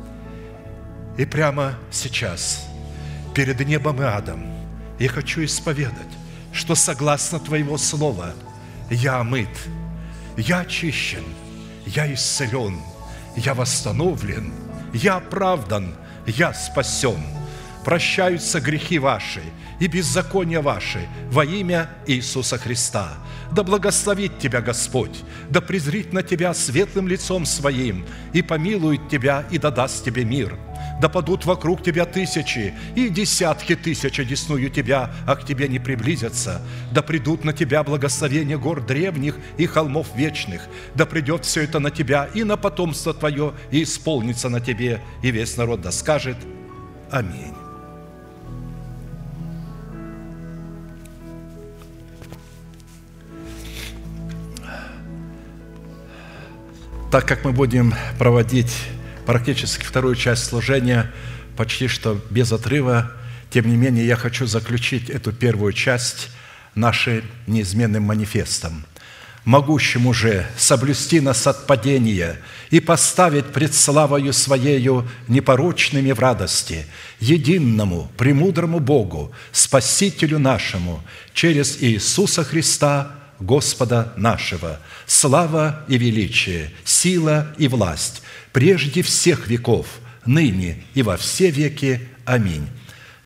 Speaker 1: И прямо сейчас, перед небом и адом, я хочу исповедать, что согласно Твоего слова я омыт, я очищен, я исцелен, я восстановлен, я оправдан, я спасен. Прощаются грехи ваши и беззакония ваши во имя Иисуса Христа. Да благословит тебя Господь, да презрит на тебя светлым лицом Своим и помилует тебя и да даст тебе мир. Да падут вокруг тебя тысячи и десятки тысяч одесную тебя, а к тебе не приблизятся. Да придут на тебя благословения гор древних и холмов вечных. Да придет все это на тебя и на потомство твое, и исполнится на тебе, и весь народ да скажет аминь. Так как мы будем проводить практически вторую часть служения почти что без отрыва, тем не менее я хочу заключить эту первую часть нашим неизменным манифестом. «Могущему же соблюсти нас от падения и поставить пред славою Своею непорочными в радости, единому, премудрому Богу, Спасителю нашему, через Иисуса Христа, Господа нашего, слава и величие, сила и власть, прежде всех веков, ныне и во все веки. Аминь.